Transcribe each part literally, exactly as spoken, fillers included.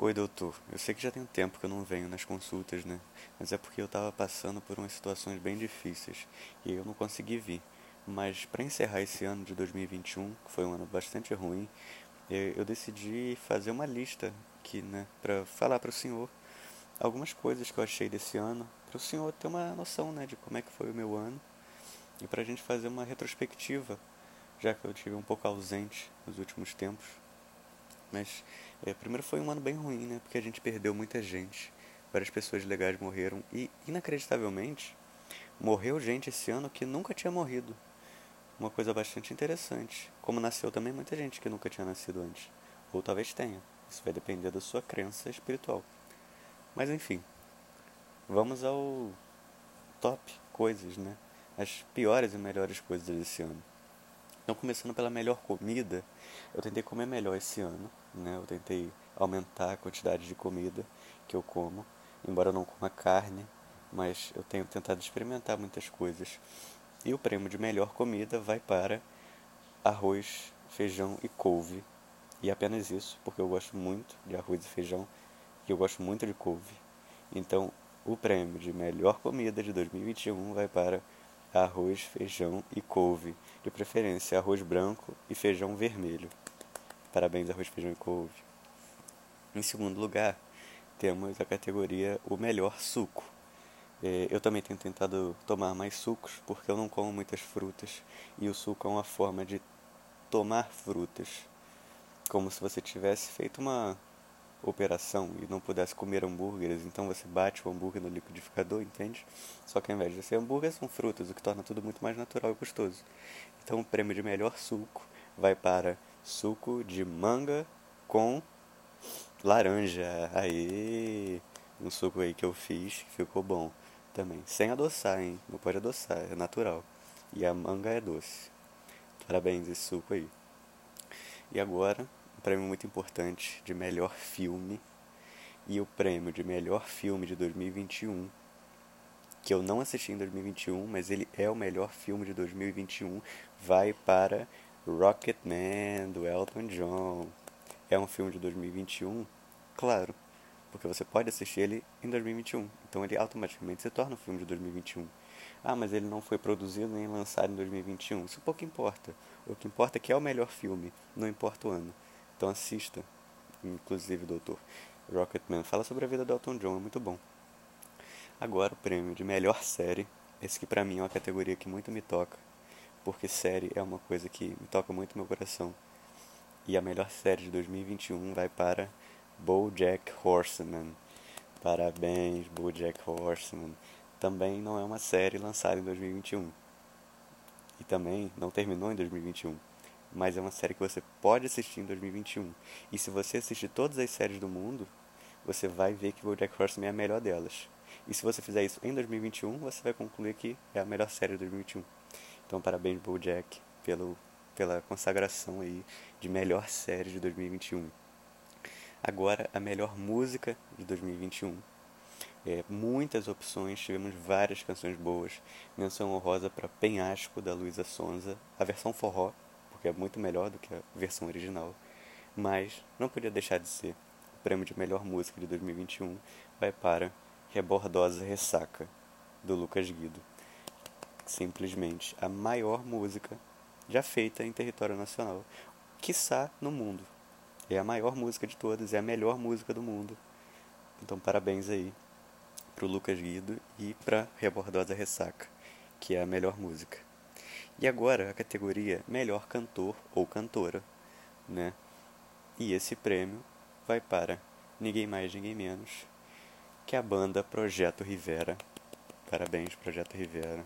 Oi, doutor. Eu sei que já tem um tempo que eu não venho nas consultas, né? Mas é porque eu tava passando por umas situações bem difíceis e aí eu não consegui vir. Mas para encerrar esse ano de dois mil e vinte e um, que foi um ano bastante ruim, eh, eu decidi fazer uma lista aqui, né, para falar para o senhor algumas coisas que eu achei desse ano, para o senhor ter uma noção, né, de como é que foi o meu ano e para a gente fazer uma retrospectiva, já que eu tive um pouco ausente nos últimos tempos. Mas é, primeiro foi um ano bem ruim, né? Porque a gente perdeu muita gente. Várias pessoas legais morreram. E, inacreditavelmente, morreu gente esse ano que nunca tinha morrido. Uma coisa bastante interessante. Como nasceu também muita gente que nunca tinha nascido antes. Ou talvez tenha. Isso vai depender da sua crença espiritual. Mas enfim, vamos ao top coisas, né? As piores e melhores coisas desse ano. Então, começando pela melhor comida, eu tentei comer melhor esse ano, né? Eu tentei aumentar a quantidade de comida que eu como, embora eu não coma carne, mas eu tenho tentado experimentar muitas coisas. E o prêmio de melhor comida vai para arroz, feijão e couve. E apenas isso, porque eu gosto muito de arroz e feijão e eu gosto muito de couve. Então, o prêmio de melhor comida de dois mil e vinte e um vai para arroz, feijão e couve, de preferência arroz branco e feijão vermelho. Parabéns, arroz, feijão e couve. Em segundo lugar, temos a categoria o melhor suco. É, eu também tenho tentado tomar mais sucos, porque eu não como muitas frutas, e o suco é uma forma de tomar frutas, como se você tivesse feito uma operação e não pudesse comer hambúrgueres, então você bate o hambúrguer no liquidificador, entende? Só que ao invés de ser hambúrguer, são frutas, o que torna tudo muito mais natural e gostoso. Então o prêmio de melhor suco vai para suco de manga com laranja. Aí, um suco aí que eu fiz que ficou bom também. Sem adoçar, hein? Não pode adoçar, é natural. E a manga é doce. Parabéns, esse suco aí. E agora, um prêmio muito importante de melhor filme. E o prêmio de melhor filme de dois mil e vinte e um, que eu não assisti em dois mil e vinte e um, mas ele é o melhor filme de dois mil e vinte e um, vai para Rocketman, do Elton John. É um filme de dois mil e vinte e um? Claro, porque você pode assistir ele em dois mil e vinte e um. Então ele automaticamente se torna um filme de dois mil e vinte e um. Ah, mas ele não foi produzido nem lançado em dois mil e vinte e um. Isso pouco importa. O que importa é que é o melhor filme, não importa o ano. Então assista, inclusive, doutor. Rocketman fala sobre a vida do Elton John, é muito bom. Agora o prêmio de melhor série. Esse que pra mim é uma categoria que muito me toca, porque série é uma coisa que me toca muito meu coração. E a melhor série de dois mil e vinte e um vai para BoJack Horseman. Parabéns, BoJack Horseman. Também não é uma série lançada em dois mil e vinte e um. E também não terminou em dois mil e vinte e um. Mas é uma série que você pode assistir em dois mil e vinte e um. E se você assistir todas as séries do mundo, você vai ver que BoJack Horseman é a melhor delas. E se você fizer isso em dois mil e vinte e um, você vai concluir que é a melhor série de dois mil e vinte e um. Então, parabéns, BoJack, pelo, pela consagração aí de melhor série de dois mil e vinte e um. Agora, a melhor música de dois mil e vinte e um. É, muitas opções, tivemos várias canções boas. Menção honrosa para Penhasco, da Luísa Sonza, a versão forró, porque é muito melhor do que a versão original. Mas não podia deixar de ser. O prêmio de melhor música de dois mil e vinte e um vai para Rebordosa Ressaca, do Lucas Guido. Simplesmente a maior música já feita em território nacional, quiçá no mundo. É a maior música de todas, é a melhor música do mundo. Então parabéns aí pro Lucas Guido e pra Rebordosa Ressaca, que é a melhor música. E agora a categoria melhor cantor ou cantora, né? E esse prêmio vai para ninguém mais, ninguém menos que a banda Projeto Rivera. Parabéns, Projeto Rivera.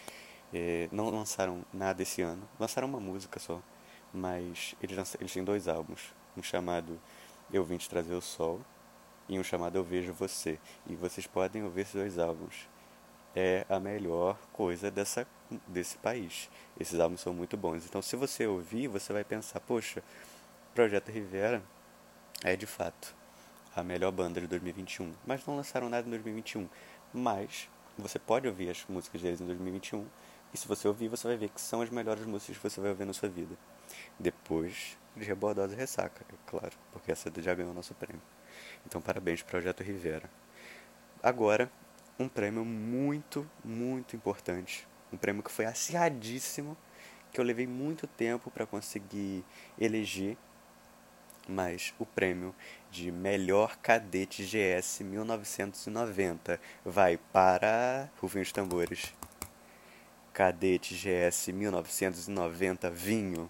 É, não lançaram nada esse ano, lançaram uma música só, mas eles, lançam, eles têm dois álbuns, um chamado Eu Vim Te Trazer o Sol e um chamado Eu Vejo Você. E vocês podem ouvir esses dois álbuns. É a melhor coisa dessa, desse país. Esses álbuns são muito bons. Então, se você ouvir, você vai pensar: poxa, Projeto Rivera é de fato a melhor banda de dois mil e vinte e um. Mas não lançaram nada em dois mil e vinte e um. Mas você pode ouvir as músicas deles em dois mil e vinte e um. E se você ouvir, você vai ver que são as melhores músicas que você vai ouvir na sua vida. Depois de Rebordosa e Ressaca, é claro, porque essa já ganhou o nosso prêmio. Então, parabéns, Projeto Rivera. Agora, um prêmio muito, muito importante. Um prêmio que foi acirradíssimo, que eu levei muito tempo para conseguir eleger, mas o prêmio de melhor cadete G S mil novecentos e noventa vai para... Rufem os tambores. Cadete G S mil novecentos e noventa Vinho.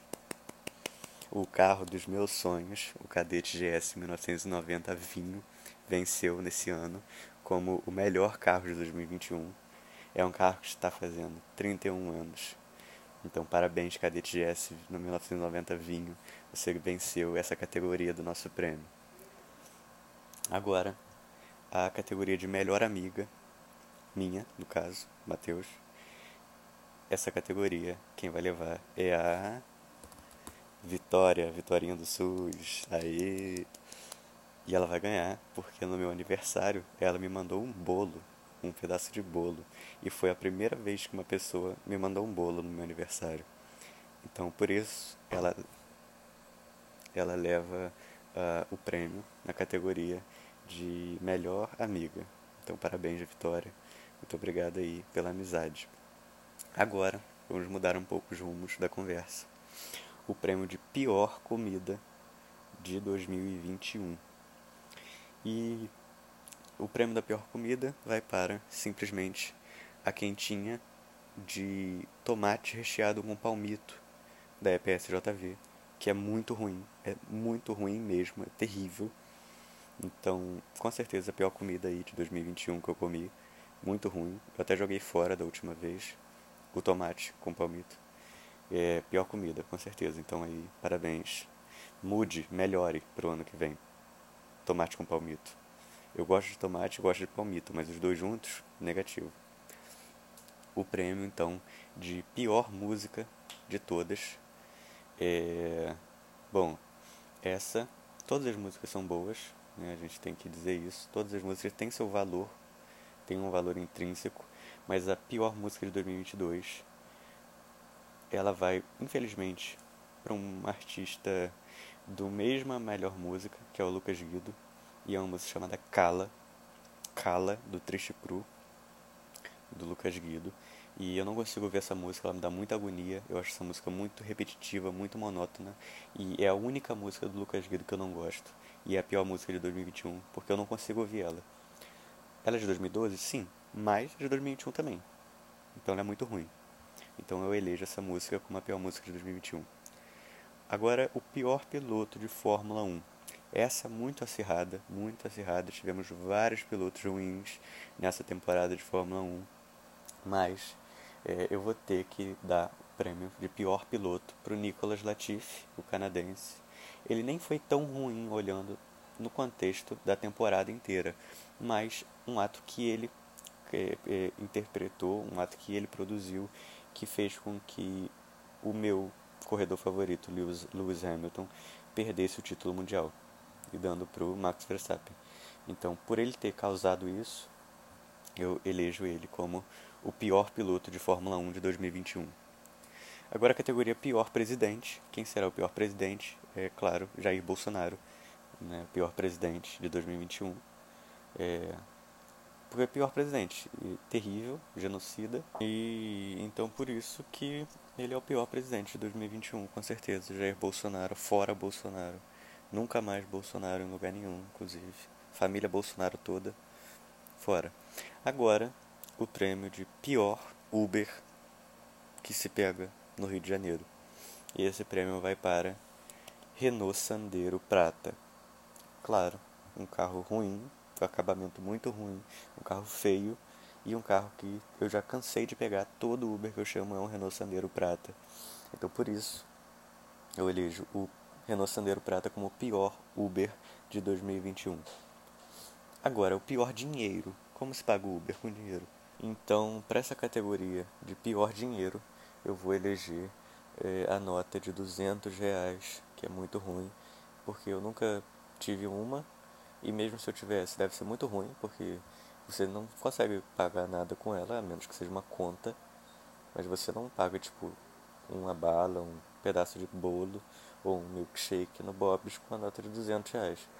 O carro dos meus sonhos, o Cadete G S mil novecentos e noventa Vinho, venceu nesse ano como o melhor carro de dois mil e vinte e um. É um carro que está fazendo trinta e um anos. Então, parabéns, Cadete G S no mil novecentos e noventa Vinho. Você venceu essa categoria do nosso prêmio. Agora, a categoria de melhor amiga, minha, no caso, Matheus. Essa categoria, quem vai levar é a Vitória, Vitorinha do SUS. Aí. E ela vai ganhar, porque no meu aniversário ela me mandou um bolo, um pedaço de bolo. E foi a primeira vez que uma pessoa me mandou um bolo no meu aniversário. Então, por isso, ela, ela leva uh, o prêmio na categoria de melhor amiga. Então, parabéns, Vitória. Muito obrigado aí pela amizade. Agora, vamos mudar um pouco os rumos da conversa. O prêmio de pior comida de dois mil e vinte e um. E o prêmio da pior comida vai para, simplesmente, a quentinha de tomate recheado com palmito da E P S J V, que é muito ruim, é muito ruim mesmo, é terrível. Então, com certeza, a pior comida aí de dois mil e vinte e um que eu comi, muito ruim. Eu até joguei fora da última vez, o tomate com palmito. É pior comida, com certeza. Então aí, parabéns. Mude, melhore pro ano que vem. Tomate com palmito. Eu gosto de tomate e gosto de palmito, mas os dois juntos, negativo. O prêmio, então, de pior música de todas é... Bom, essa... Todas as músicas são boas, né? A gente tem que dizer isso. Todas as músicas têm seu valor, têm um valor intrínseco, mas a pior música de dois mil e vinte e dois, ela vai, infelizmente, para um artista do mesma melhor música, que é o Lucas Guido, e é uma música chamada Cala, Cala, do Triste Cru, do Lucas Guido. E eu não consigo ouvir essa música, ela me dá muita agonia. Eu acho essa música muito repetitiva, muito monótona. E é a única música do Lucas Guido que eu não gosto. E é a pior música de dois mil e vinte e um, porque eu não consigo ouvir ela. Ela é de dois mil e doze? Sim, mas de dois mil e vinte e um também. Então ela é muito ruim. Então eu elejo essa música como a pior música de dois mil e vinte e um. Agora, o pior piloto de Fórmula um. Essa muito acirrada, muito acirrada. Tivemos vários pilotos ruins nessa temporada de Fórmula um. Mas é, eu vou ter que dar o prêmio de pior piloto para o Nicolas Latifi, o canadense. Ele nem foi tão ruim olhando no contexto da temporada inteira, mas um ato que ele é, é, interpretou, um ato que ele produziu, que fez com que o meu corredor favorito, Lewis, Lewis Hamilton, perdesse o título mundial, e dando para o Max Verstappen. Então, por ele ter causado isso, eu elejo ele como o pior piloto de Fórmula um de dois mil e vinte e um. Agora a categoria pior presidente. Quem será o pior presidente? É claro, Jair Bolsonaro, né? O pior presidente de dois mil e vinte e um. É... Porque é pior presidente, terrível, genocida, e então por isso que ele é o pior presidente de dois mil e vinte e um, com certeza. Jair Bolsonaro, fora Bolsonaro. Nunca mais Bolsonaro em lugar nenhum, inclusive. Família Bolsonaro toda, fora. Agora, o prêmio de pior Uber que se pega no Rio de Janeiro. E esse prêmio vai para Renault Sandero Prata. Claro, um carro ruim, um acabamento muito ruim, um carro feio e um carro que eu já cansei de pegar. Todo Uber que eu chamo é um Renault Sandero Prata. Então por isso eu elejo o Renault Sandero Prata como o pior Uber de dois mil e vinte e um. Agora, o pior dinheiro. Como se paga o Uber com dinheiro? Então, para essa categoria de pior dinheiro, eu vou eleger eh, a nota de duzentos reais, que é muito ruim, porque eu nunca tive uma, e mesmo se eu tivesse, deve ser muito ruim, porque você não consegue pagar nada com ela, a menos que seja uma conta, mas você não paga, tipo, uma bala, um pedaço de bolo ou um milkshake no Bob's com a nota de duzentos reais.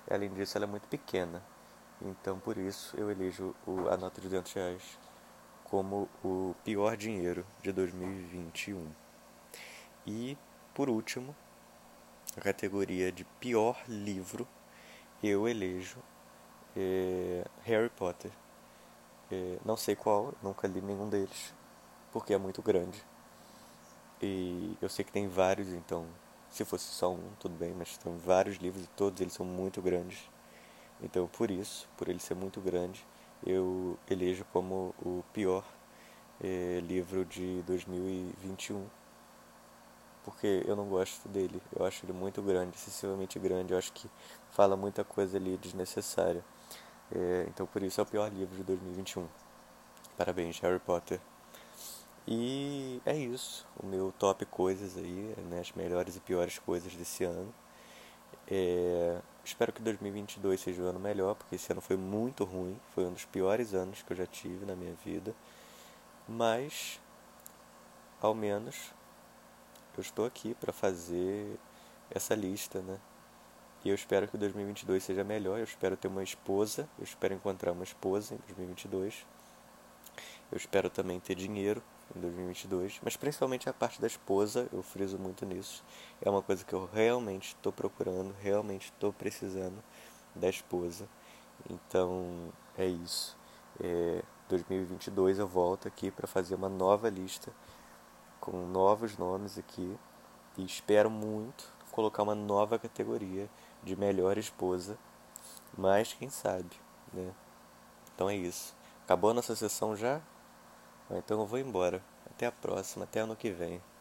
Além disso, ela é muito pequena. Então, por isso, eu elejo o, a nota de duzentos reais como o pior dinheiro de dois mil e vinte e um. E, por último, a categoria de pior livro, eu elejo é, Harry Potter. É, não sei qual, nunca li nenhum deles, porque é muito grande. E eu sei que tem vários, então, se fosse só um, tudo bem, mas tem vários livros e todos eles são muito grandes. Então, por isso, por ele ser muito grande, eu elejo como o pior eh, livro de dois mil e vinte e um, porque eu não gosto dele. Eu acho ele muito grande, excessivamente grande. Eu acho que fala muita coisa ali desnecessária. Eh, então, por isso é o pior livro de dois mil e vinte e um. Parabéns, Harry Potter. E é isso, o meu top coisas aí, né, as melhores e piores coisas desse ano. É, espero que dois mil e vinte e dois seja um ano melhor, porque esse ano foi muito ruim, foi um dos piores anos que eu já tive na minha vida. Mas, ao menos, eu estou aqui para fazer essa lista, né? E eu espero que dois mil e vinte e dois seja melhor. Eu espero ter uma esposa, eu espero encontrar uma esposa em dois mil e vinte e dois. Eu espero também ter dinheiro em dois mil e vinte e dois, mas principalmente a parte da esposa, eu friso muito nisso. É uma coisa que eu realmente estou procurando, realmente estou precisando da esposa. Então é isso. É, dois mil e vinte e dois eu volto aqui para fazer uma nova lista com novos nomes aqui e espero muito colocar uma nova categoria de melhor esposa, mas quem sabe, né? Então é isso. Acabou a nossa sessão já? Então eu vou embora. Até a próxima, até ano que vem.